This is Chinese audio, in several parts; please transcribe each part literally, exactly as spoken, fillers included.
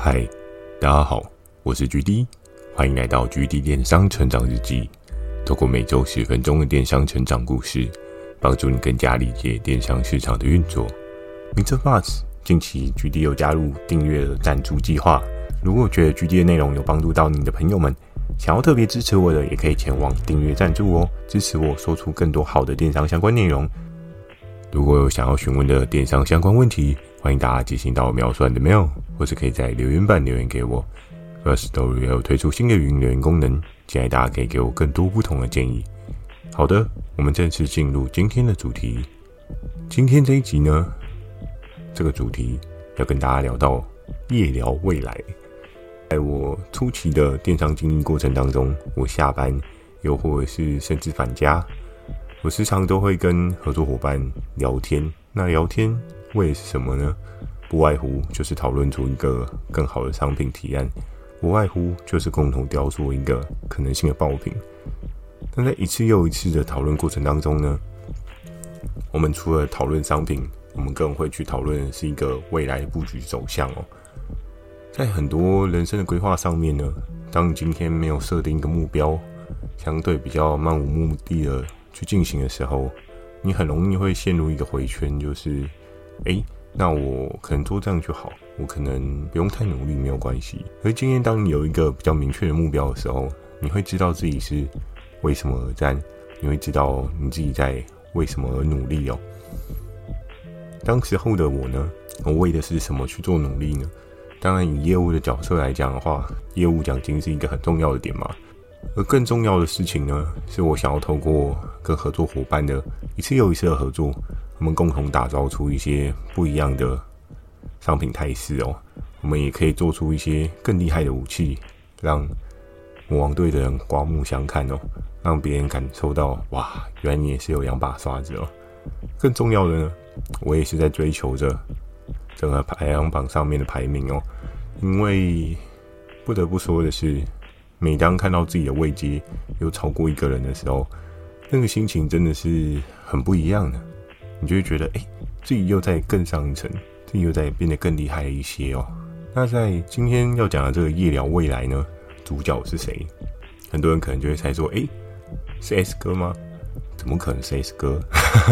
嗨，大家好，我是 G D， 欢迎来到 G D 电商成长日记。透过每周十分钟的电商成长故事，帮助你更加理解电商市场的运作。mister Buzz， 近期 G D 又加入订阅的赞助计划。如果觉得 G D 的内容有帮助到你的朋友们，想要特别支持我的，也可以前往订阅赞助哦，支持我说出更多好的电商相关内容。如果有想要询问的电商相关问题，欢迎大家寄信到描述栏的 mail， 或是可以在留言板留言给我。Firstory 也有推出新的语音留言功能，期待大家可以给我更多不同的建议。好的，我们正式进入今天的主题。今天这一集呢，这个主题要跟大家聊到夜聊未来。在我初期的电商经历过程当中，我下班又或者是甚至返家，我时常都会跟合作伙伴聊天。那聊天为的是什么呢？不外乎就是讨论出一个更好的商品提案，不外乎就是共同雕塑一个可能性的爆品。但在一次又一次的讨论过程当中呢，我们除了讨论商品，我们更会去讨论的是一个未来布局走向哦。在很多人生的规划上面呢，当你今天没有设定一个目标，相对比较漫无目的的去进行的时候，你很容易会陷入一个回圈，就是诶那我可能做这样就好，我可能不用太努力没有关系。而今天当你有一个比较明确的目标的时候，你会知道自己是为什么而战，你会知道你自己在为什么而努力哦。当时候的我呢，我为的是什么去做努力呢？当然以业务的角色来讲的话，业务奖金是一个很重要的点嘛。而更重要的事情呢，是我想要透过跟合作伙伴的一次又一次的合作，我们共同打造出一些不一样的商品态势哦。我们也可以做出一些更厉害的武器，让魔王队的人刮目相看哦，让别人感受到哇，原来你也是有两把刷子哦。更重要的呢，我也是在追求着整个排行榜上面的排名哦。因为不得不说的是，每当看到自己的位阶又超过一个人的时候，那个心情真的是很不一样的。你就会觉得，哎、欸，自己又在更上一层，自己又在变得更厉害一些哦。那在今天要讲的这个夜聊未来呢，主角是谁？很多人可能就会猜说，哎、欸，是 S 哥吗？怎么可能是 S 哥？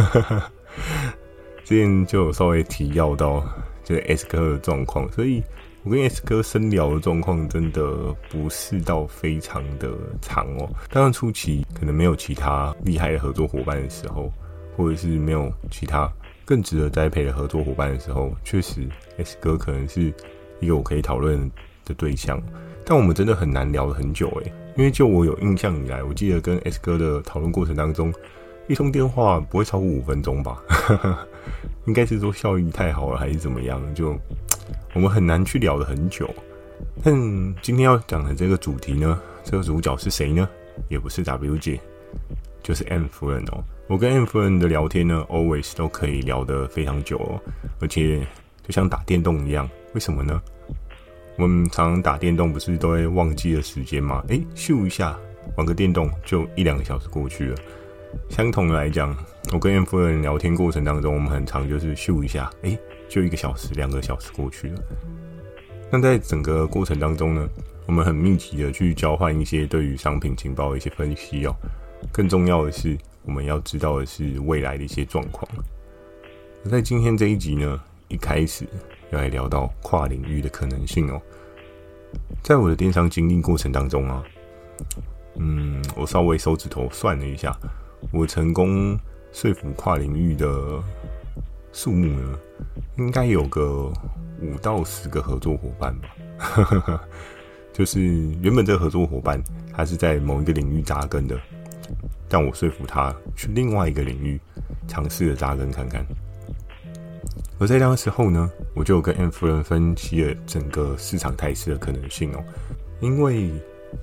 之前就有稍微提要到这个 S 哥的状况，所以我跟 S 哥深聊的状况真的不是到非常的长哦。当然初期可能没有其他厉害的合作伙伴的时候，或者是没有其他更值得栽培的合作伙伴的时候，确实 S 哥可能是一个我可以讨论的对象。但我们真的很难聊了很久诶，因为就我有印象以来，我记得跟 S 哥的讨论过程当中，一通电话不会超过五分钟吧。应该是说效益太好了还是怎么样，就我们很难去聊了很久。但今天要讲的这个主题呢，这个主角是谁呢？也不是 W 姐，就是 M 夫人哦。我跟 M 夫人的聊天呢 always 都可以聊得非常久哦，而且就像打电动一样。为什么呢？我们常常打电动不是都会忘记了时间吗？诶，咻一下玩个电动就一两个小时过去了。相同的来讲，我跟 M 夫人聊天过程当中，我们很常就是咻一下，诶，就一个小时两个小时过去了。那在整个过程当中呢，我们很密集的去交换一些对于商品情报的一些分析哦。更重要的是，我们要知道的是未来的一些状况。在今天这一集呢，一开始要来聊到跨领域的可能性哦。在我的电商经历过程当中啊，嗯，我稍微手指头算了一下，我成功说服跨领域的数目呢，应该有个五到十个合作伙伴吧。就是原本这个合作伙伴他是在某一个领域扎根的，但我说服他去另外一个领域尝试着扎根看看。而在那时候呢，我就有跟 M 夫人分析了整个市场态势的可能性哦。因为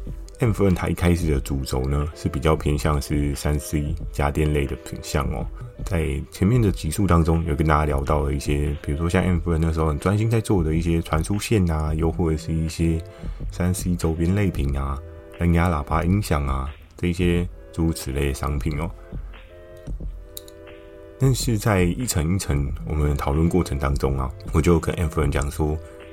M 夫人她一开始的主轴呢是比较偏向是 三 C 家电类的品项哦。在前面的集数当中有跟大家聊到了一些，比如说像 M 夫人那时候很专心在做的一些传输线啊，又或者是一些 三 C 周边类品啊，蓝牙喇叭音响啊，这一些诸如此类的商品哦。但是在一层一层我们讨论过程当中啊，我就跟 M 夫人讲说，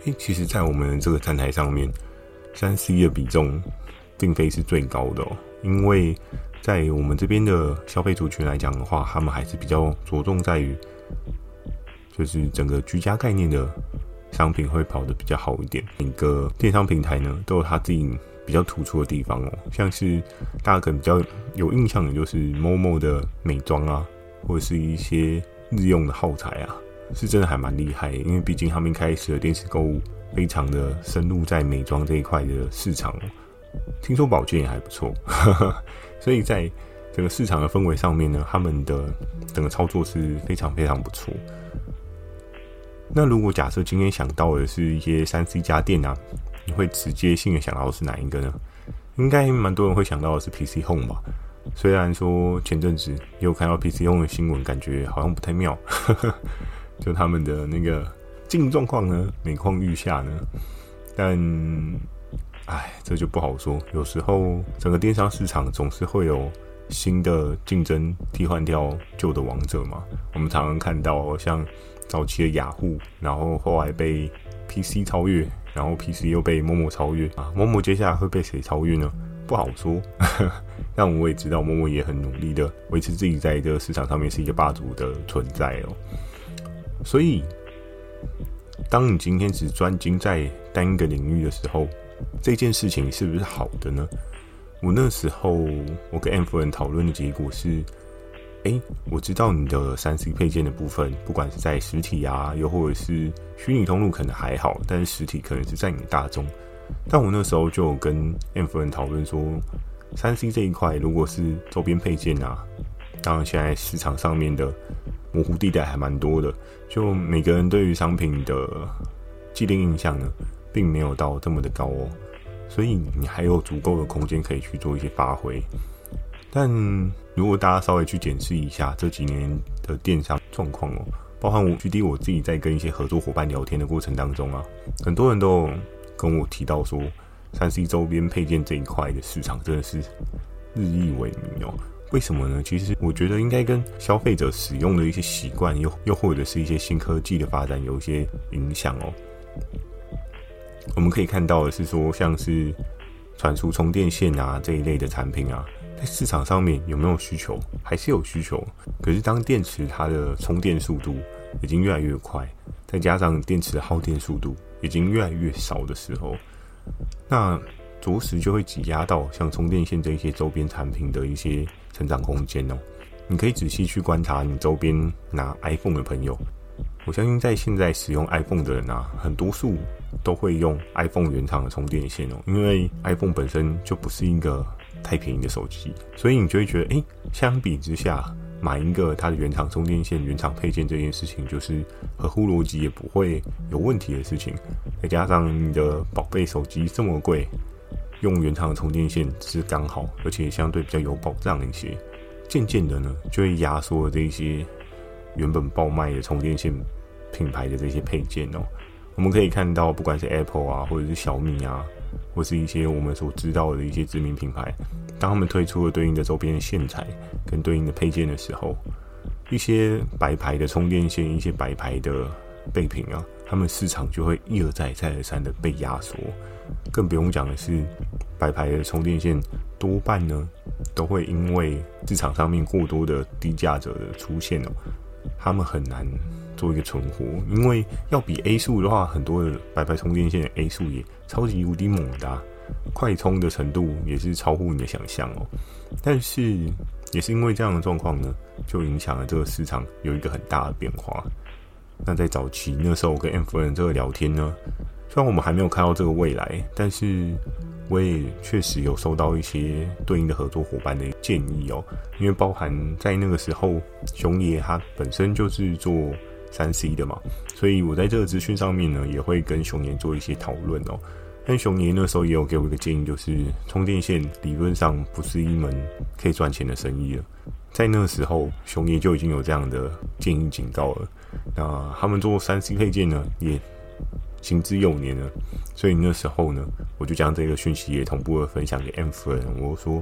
诶，其实在我们这个站台上面 三 C 的比重并非是最高的哦，因为在我们这边的消费族群来讲的话，他们还是比较着重在于就是整个居家概念的商品会跑得比较好一点。每个电商平台呢都有它自己比较突出的地方哦，像是大家可能比较有印象的就是 Momo 的美妆啊，或者是一些日用的耗材啊，是真的还蛮厉害的，因为毕竟他们一开始的电视购物非常的深入在美妆这一块的市场哦，听说保健也还不错所以在整个市场的氛围上面呢，他们的整个操作是非常非常不错。那如果假设今天想到的是一些 三 C 家电啊，你会直接性的想到的是哪一个呢？应该蛮多人会想到的是 P C Home 吧。虽然说前阵子也有看到 P C Home 的新闻，感觉好像不太妙就他们的那个经营状况呢每况愈下呢，但哎，这就不好说。有时候整个电商市场总是会有新的竞争替换掉旧的王者嘛。我们常常看到像早期的雅虎，然后后来被 P C 超越，然后 P C 又被 Momo 超越啊。Momo 接下来会被谁超越呢？不好说但我也知道 Momo 也很努力的维持自己在这个市场上面是一个霸主的存在哦。所以当你今天只专精在单一个领域的时候，这件事情是不是好的呢？我那时候我跟 M 夫人讨论的结果是，诶，我知道你的 三 C 配件的部分，不管是在实体啊，又或者是虚拟通路可能还好，但是实体可能是占你大宗。但我那时候就有跟 M 夫人讨论说， 三 C 这一块如果是周边配件啊，当然现在市场上面的模糊地带还蛮多的，就每个人对于商品的既定印象呢并没有到这么的高哦，所以你还有足够的空间可以去做一些发挥。但如果大家稍微去检视一下这几年的电商状况哦，包含我举例我自己在跟一些合作伙伴聊天的过程当中啊，很多人都跟我提到说 三 C 周边配件这一块的市场真的是日益萎靡哦。为什么呢？其实我觉得应该跟消费者使用的一些习惯，又又或者是一些新科技的发展有一些影响哦。我们可以看到的是说，像是传输充电线啊这一类的产品啊，在市场上面有没有需求？还是有需求。可是当电池它的充电速度已经越来越快，再加上电池的耗电速度已经越来越少的时候，那着实就会挤压到像充电线这一些周边产品的一些成长空间哦。你可以仔细去观察你周边拿 iPhone 的朋友，我相信在现在使用 iPhone 的人啊，很多数都会用 iPhone 原厂的充电线哦，因为 iPhone 本身就不是一个太便宜的手机，所以你就会觉得，诶，相比之下，买一个它的原厂充电线、原厂配件这件事情，就是合乎逻辑也不会有问题的事情。再加上你的宝贝手机这么贵，用原厂的充电线是刚好，而且相对比较有保障一些。渐渐的呢，就会压缩了这些原本爆卖的充电线品牌的这些配件哦。我们可以看到，不管是 Apple 啊，或者是小米啊，或是一些我们所知道的一些知名品牌，当他们推出了对应的周边的线材跟对应的配件的时候，一些白牌的充电线、一些白牌的备品啊，他们市场就会一而再、再而三的被压缩。更不用讲的是，白牌的充电线多半呢，都会因为市场上面过多的低价者的出现哦，他们很难做一个存活。因为要比 A 数的话，很多的白牌充电线的 A 数也超级无敌猛的啊，快充的程度也是超乎你的想象哦。但是也是因为这样的状况呢，就影响了这个市场有一个很大的变化。那在早期那时候，我跟 M 夫人这个聊天呢，虽然我们还没有看到这个未来，但是我也确实有收到一些对应的合作伙伴的建议哦。因为包含在那个时候，熊爷他本身就是做 三 C 的嘛，所以我在这个资讯上面呢，也会跟熊爷做一些讨论哦。但熊爷那时候也有给我一个建议，就是充电线理论上不是一门可以赚钱的生意了。在那个时候，熊爷就已经有这样的建议警告了。那他们做 三 C 配件呢，也行之有年了，所以那时候呢，我就将这个讯息也同步的分享给 M 夫人。我说，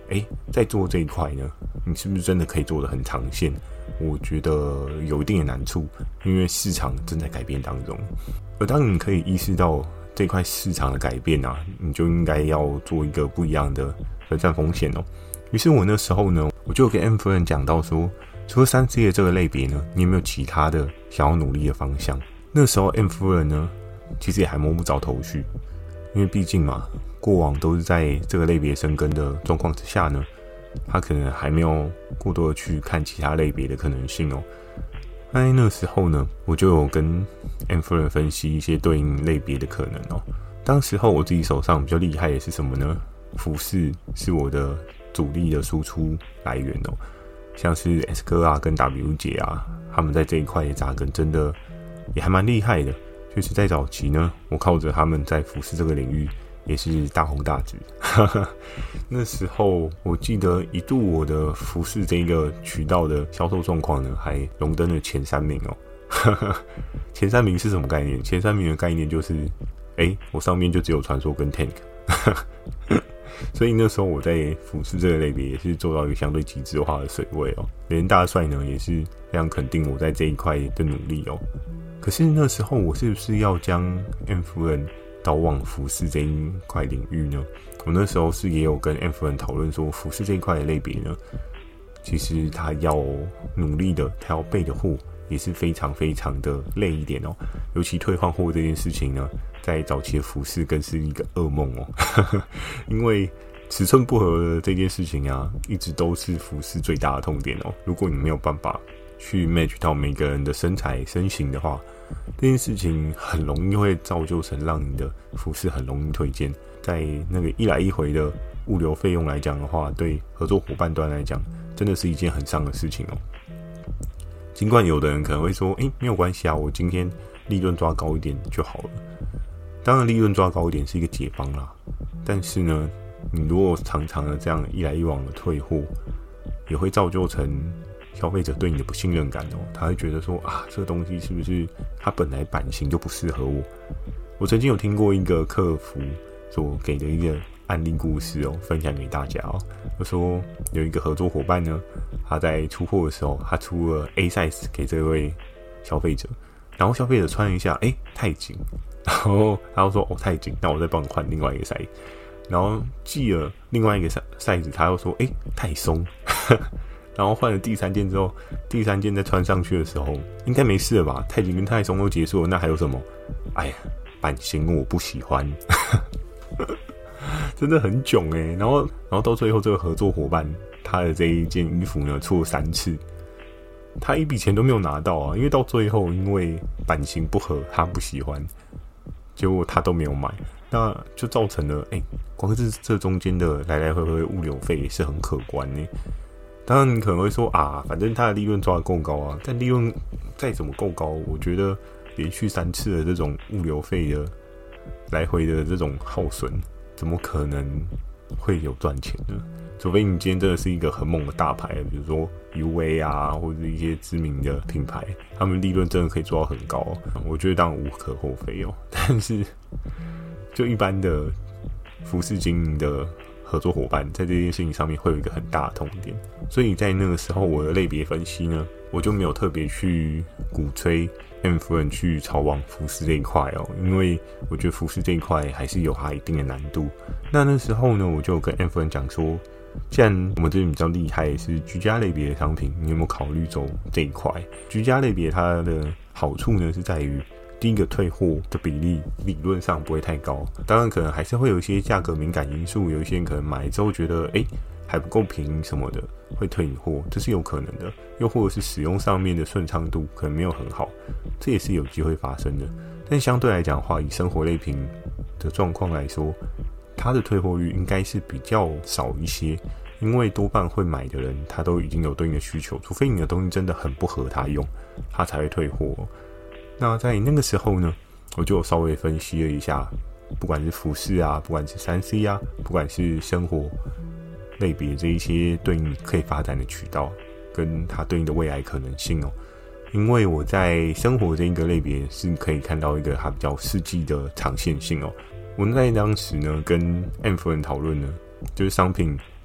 哎，在做这一块呢，你是不是真的可以做得很长线？我觉得有一定的难处，因为市场正在改变当中。而当你可以意识到这块市场的改变啊，你就应该要做一个不一样的分散风险哦。于是我那时候呢，我就跟 M 夫人讲到说，除了 三 C 的这个类别呢，你有没有其他的想要努力的方向？那时候 M 夫人呢，其实也还摸不着头绪，因为毕竟嘛，过往都是在这个类别深耕的状况之下呢，他可能还没有过多的去看其他类别的可能性哦。在那时候呢，我就有跟 M 夫人分析一些对应类别的可能哦。当时候我自己手上比较厉害的是什么呢？服饰是我的主力的输出来源哦，像是 S 哥啊跟 W 姐啊，他们在这一块也扎根，真的也还蛮厉害的。就是在早期呢，我靠着他们在服饰这个领域也是大红大紫。那时候我记得一度我的服饰这个渠道的销售状况呢，还荣登了前三名哦。前三名是什么概念？前三名的概念就是，哎、欸，我上面就只有传说跟 Tank。所以那时候我在服饰这个类别也是做到一个相对极致化的水位哦。连大帅呢也是非常肯定我在这一块的努力哦。可是那时候我是不是要将 M 夫人导往服饰这一块领域呢？我那时候是也有跟 M 夫人讨论说，服饰这一块的类别呢，其实他要努力的，他要备的货也是非常非常的累一点哦。尤其退换货这件事情呢，在早期的服饰更是一个噩梦哦。因为尺寸不合的这件事情啊，一直都是服饰最大的痛点哦。如果你没有办法去 match 到每个人的身材身形的话，这件事情很容易会造就成让你的服饰很容易推荐。在那个一来一回的物流费用来讲的话，对合作伙伴端来讲，真的是一件很伤的事情哦。尽管有的人可能会说，诶，没有关系啊，我今天利润抓高一点就好了。当然利润抓高一点是一个解方啦，但是呢，你如果常常的这样一来一往的退货，也会造就成消费者对你的不信任感哦。他会觉得说，啊，这个东西是不是它本来版型就不适合我？我曾经有听过一个客服所给的一个案例故事哦，分享给大家哦。就说有一个合作伙伴呢，他在出货的时候，他出了 A size 给这位消费者，然后消费者穿了一下，哎、欸，太紧，然后他就说，哦，太紧，那我再帮你换另外一个 size。然后寄了另外一个 size， 他又说，哎、欸，太松。然后换了第三件之后，第三件再穿上去的时候，应该没事了吧？太紧跟太松都结束了，那还有什么？哎呀，版型我不喜欢。真的很囧欸。然后，然后到最后，这个合作伙伴他的这一件衣服呢，出了三次，他一笔钱都没有拿到啊。因为到最后，因为版型不合，他不喜欢，结果他都没有买，那就造成了，哎、欸，光是这中间的来来回回物流费也是很可观呢。当然，你可能会说啊，反正他的利润抓得够高啊，但利润再怎么够高，我觉得连续三次的这种物流费的来回的这种耗损，怎么可能会有赚钱呢？除非你今天真的是一个很猛的大牌，比如说 U A 啊，或者一些知名的品牌，他们利润真的可以做到很高，我觉得当然无可厚非哦。但是就一般的服饰经营的合作伙伴，在这件事情上面会有一个很大的痛点，所以在那个时候我的类别分析呢，我就没有特别去鼓吹 M 夫人去朝往服饰这一块哦，因为我觉得服饰这一块还是有它一定的难度。那那时候呢，我就跟 M 夫人讲说，既然我们这边比较厉害是居家类别的商品，你有没有考虑走这一块？居家类别它的好处呢，是在于第一个退货的比例理论上不会太高，当然可能还是会有一些价格敏感因素，有一些人可能买之后觉得哎、欸、还不够便宜什么的，会退你货，这是有可能的。又或者是使用上面的顺畅度可能没有很好，这也是有机会发生的。但相对来讲的话，以生活类品的状况来说，它的退货率应该是比较少一些，因为多半会买的人他都已经有对应的需求，除非你的东西真的很不合他用，他才会退货。那在那个时候呢，我就稍微分析了一下，不管是服饰啊，不管是 三 C 啊，不管是生活类别这一些对应可以发展的渠道，跟它对应的未来可能性哦。因为我在生活这一个类别是可以看到一个它比较实际的长线性哦。我在当时呢跟 M 夫人讨论呢，就是商品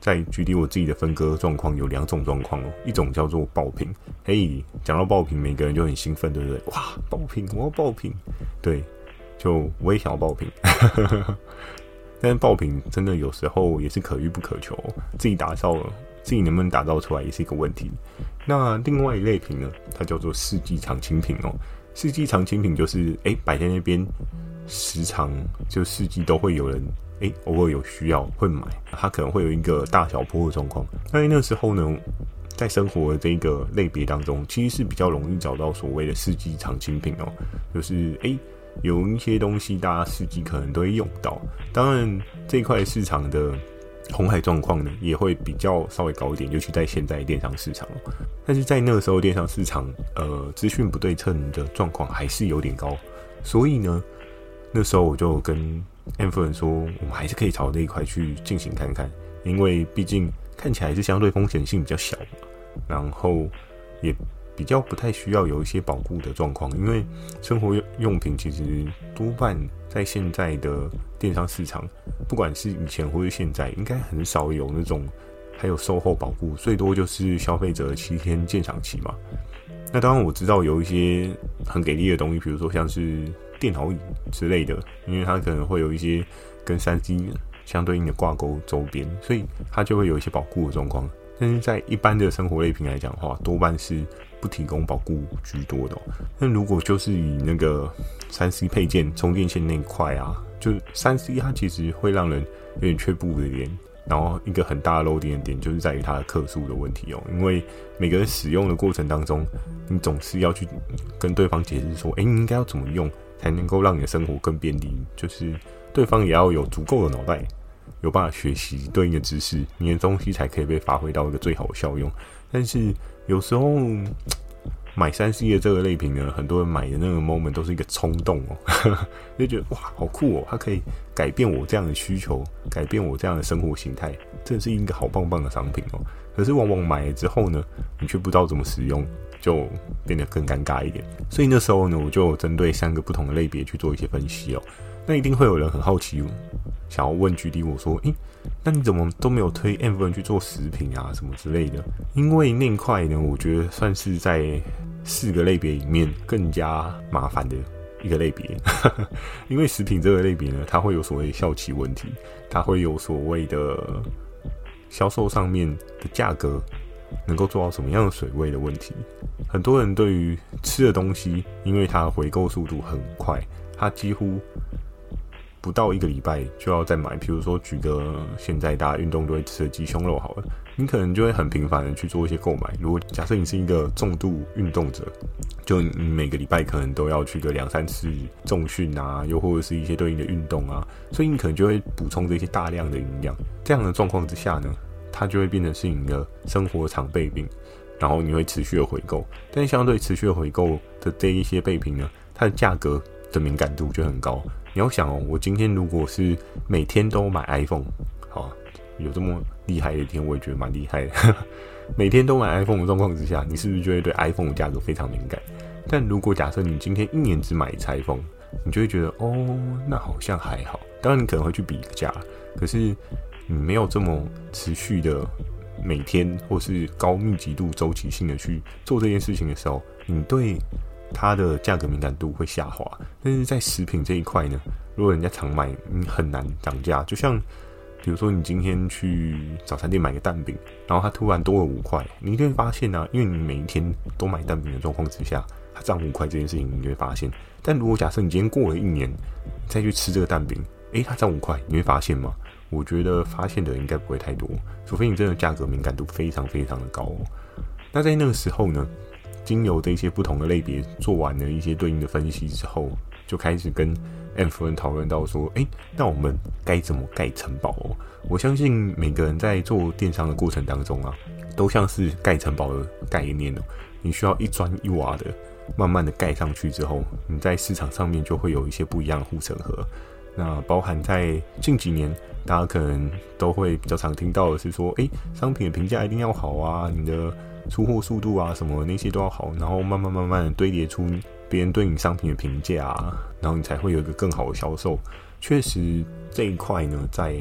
在举例我自己的分割状况有两种状况哦，一种叫做爆品。嘿，讲到爆品，每个人就很兴奋，对不对？哇，爆品，我要爆品，对，就我也想要爆品。但是爆品真的有时候也是可遇不可求，自己打造了，自己能不能打造出来也是一个问题。那另外一类品呢，它叫做世纪常青品哦。世纪常青品就是哎摆在那边，时常就四季都会有人哎偶尔有需要会买，它可能会有一个大小波的状况。那那时候呢，在生活的这个类别当中，其实是比较容易找到所谓的世纪常青品哦，就是哎。有一些东西大家四季可能都会用到，当然这一块市场的红海状况呢也会比较稍微高一点，尤其在现在电商市场。但是在那个时候电商市场呃资讯不对称的状况还是有点高，所以呢那时候我就跟 M 夫人说，我们还是可以朝这一块去进行看看，因为毕竟看起来是相对风险性比较小嘛，然后也比较不太需要有一些保固的状况，因为生活用品其实多半在现在的电商市场，不管是以前或是现在，应该很少有那种还有售后保固，最多就是消费者的七天鉴赏期嘛。那当然我知道有一些很给力的东西，比如说像是电脑椅之类的，因为它可能会有一些跟 三 C 相对应的挂钩周边，所以它就会有一些保固的状况。但是在一般的生活类品来讲的话，多半是不提供保固居多的哦。那如果就是以那个 三 C 配件充电线那一块啊，就 三 C 它其实会让人有点却步的点，然后一个很大的漏点的点就是在于它的客诉的问题哦。因为每个人使用的过程当中，你总是要去跟对方解释说，哎，你应该要怎么用才能够让你的生活更便利，就是对方也要有足够的脑袋，有办法学习对应的知识，你的东西才可以被发挥到一个最好的效用。但是有时候买 三 C 的这个类品呢，很多人买的那个 moment 都是一个冲动哦，就觉得哇好酷哦，它可以改变我这样的需求，改变我这样的生活形态，这是一个好棒棒的商品哦。可是往往买了之后呢，你却不知道怎么使用，就变得更尴尬一点。所以那时候呢，我就针对三个不同的类别去做一些分析哦。那一定会有人很好奇，想要问举例我说，诶，那你怎么都没有推 M 夫人去做食品啊什么之类的？因为那一块呢，我觉得算是在四个类别里面更加麻烦的一个类别。因为食品这个类别呢，它会有所谓的效期问题，它会有所谓的销售上面的价格能够做到什么样的水位的问题。很多人对于吃的东西，因为它的回购速度很快，它几乎不到一个礼拜就要再买。比如说举个现在大家运动都会吃的鸡胸肉好了，你可能就会很频繁的去做一些购买。如果假设你是一个重度运动者，就你每个礼拜可能都要去个两三次重训啊，又或者是一些对应的运动啊，所以你可能就会补充这些大量的营养。这样的状况之下呢，它就会变成是你的生活常备品，然后你会持续的回购。但相对持续的回购的这一些备品呢，它的价格的敏感度就很高。你要想哦，我今天如果是每天都买 iPhone， 好，有这么厉害的一天，我也觉得蛮厉害的。每天都买 iPhone 的状况之下，你是不是就会对 iPhone 的价格非常敏感？但如果假设你今天一年只买一次 iPhone， 你就会觉得哦，那好像还好。当然你可能会去比个价，可是你没有这么持续的每天或是高密集度周期性的去做这件事情的时候，你对它的价格敏感度会下滑。但是在食品这一块呢，如果人家常买，你很难涨价。就像比如说你今天去早餐店买个蛋饼，然后它突然多了五块，你一定会发现啊，因为你每一天都买蛋饼的状况之下，它涨五块这件事情你就会发现。但如果假设你今天过了一年再去吃这个蛋饼，诶，它涨五块，你会发现吗？我觉得发现的应该不会太多，除非你真的价格敏感度非常非常的高哦。那在那个时候呢，经由这些不同的类别做完了一些对应的分析之后，就开始跟 M 夫人讨论到说，诶，那我们该怎么盖城堡哦？我相信每个人在做电商的过程当中啊，都像是盖城堡的概念哦。你需要一砖一瓦的慢慢的盖上去之后，你在市场上面就会有一些不一样的护城河。那包含在近几年，大家可能都会比较常听到的是说，诶，商品的评价一定要好啊，你的出货速度啊什么那些都要好，然后慢慢慢慢的堆叠出别人对你商品的评价啊，然后你才会有一个更好的销售。确实这一块呢，在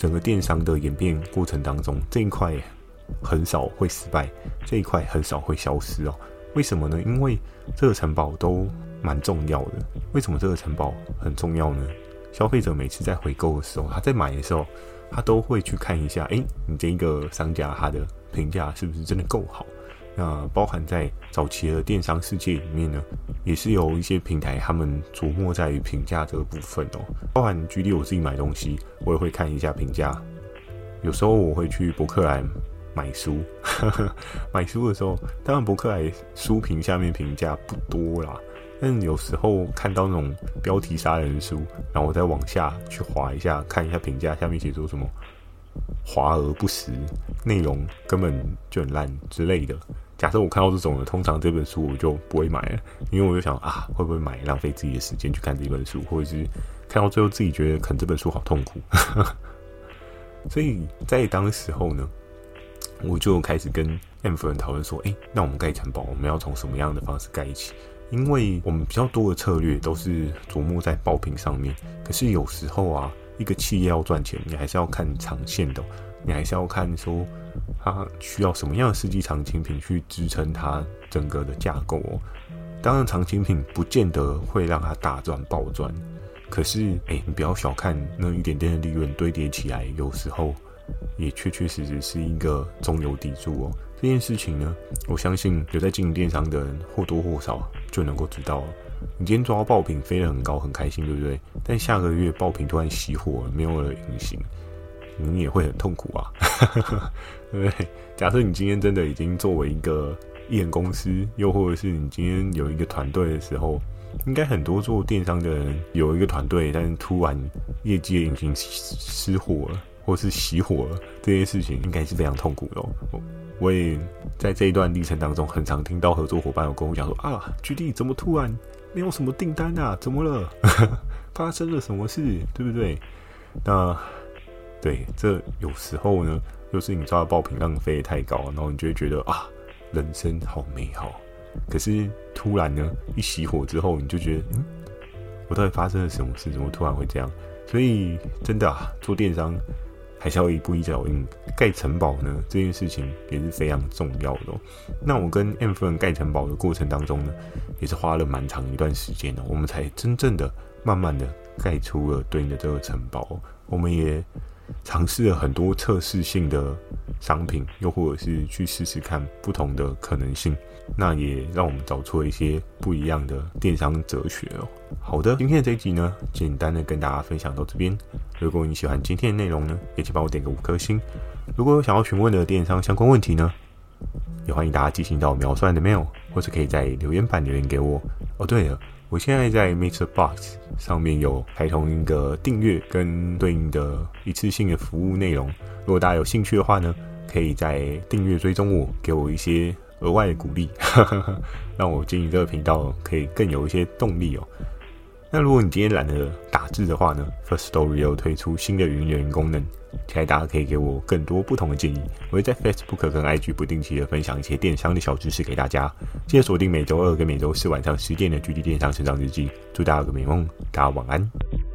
整个电商的演变过程当中，这一块很少会失败，这一块很少会消失哦。为什么呢？因为这个城堡都蛮重要的。为什么这个城堡很重要呢？消费者每次在回购的时候，他在买的时候，他都会去看一下，哎，你这个商家他的评价是不是真的够好？那包含在早期的电商世界里面呢，也是有一些平台他们琢磨在于评价这个部分哦。包含举例我自己买东西，我也会看一下评价。有时候我会去博客来买书，买书的时候，当然博客来书评下面评价不多啦。但有时候看到那种标题杀人书，然后我再往下去滑一下，看一下评价，下面写说什么华而不实，内容根本就很烂之类的。假设我看到这种的，通常这本书我就不会买了，因为我就想啊，会不会买浪费自己的时间去看这本书，或者是看到最后自己觉得可能这本书好痛苦。所以在当时候呢，我就开始跟 M 夫人讨论说，哎、欸，那我们盖城堡，我们要从什么样的方式盖起？因为我们比较多的策略都是琢磨在爆品上面，可是有时候啊，一个企业要赚钱，你还是要看长线的，你还是要看说它需要什么样的实际常青品去支撑它整个的架构哦。当然，常青品不见得会让它大赚暴赚，可是哎、欸，你不要小看那一点点的利润堆叠起来，有时候也确确实实是一个中流砥柱哦。这件事情呢，我相信有在经营电商的人或多或少就能够知道了。你今天抓到爆品飞得很高，很开心，对不对？但下个月爆品突然熄火了，没有了运行，你也会很痛苦啊，对不对？假设你今天真的已经作为一个艺人公司，又或者是你今天有一个团队的时候，应该很多做电商的人有一个团队，但是突然业绩的引擎失火了，或是熄火了，这件事情应该是非常痛苦的哦。我也在这一段历程当中，很常听到合作伙伴有跟我讲说啊 ，G D 怎么突然没有什么订单啊？怎么了？发生了什么事？对不对？那对，这有时候呢，就是你抓的爆品量飞得太高，然后你就会觉得啊，人生好美好。可是突然呢，一熄火之后，你就觉得，嗯，我到底发生了什么事？怎么突然会这样？所以真的啊，做电商还是要一步一脚印。盖城堡呢，这件事情也是非常重要的哦。那我跟 M 夫人盖城堡的过程当中呢，也是花了蛮长一段时间的，我们才真正的、慢慢的盖出了对应的这个城堡哦。我们也尝试了很多测试性的商品，又或者是去试试看不同的可能性。那也让我们找出了一些不一样的电商哲学哦。好的，今天的这一集呢，简单的跟大家分享到这边。如果你喜欢今天的内容呢，也请帮我点个五颗星。如果有想要询问的电商相关问题呢，也欢迎大家寄信到描述栏的 mail， 或者可以在留言板留言给我。哦，对了，我现在在 MixerBox 上面有开通一个订阅跟对应的一次性的服务内容。如果大家有兴趣的话呢，可以在订阅追踪我，给我一些额外的鼓励，让我经营这个频道可以更有一些动力哦。那如果你今天懒得打字的话呢 ，Firstory 又推出新的语音留言功能，期待大家可以给我更多不同的建议。我会在 Facebook 跟 I G 不定期的分享一些电商的小知识给大家。记得锁定每周二跟每周四晚上十点的 G D 电商成长日记。祝大家有个美梦，大家晚安。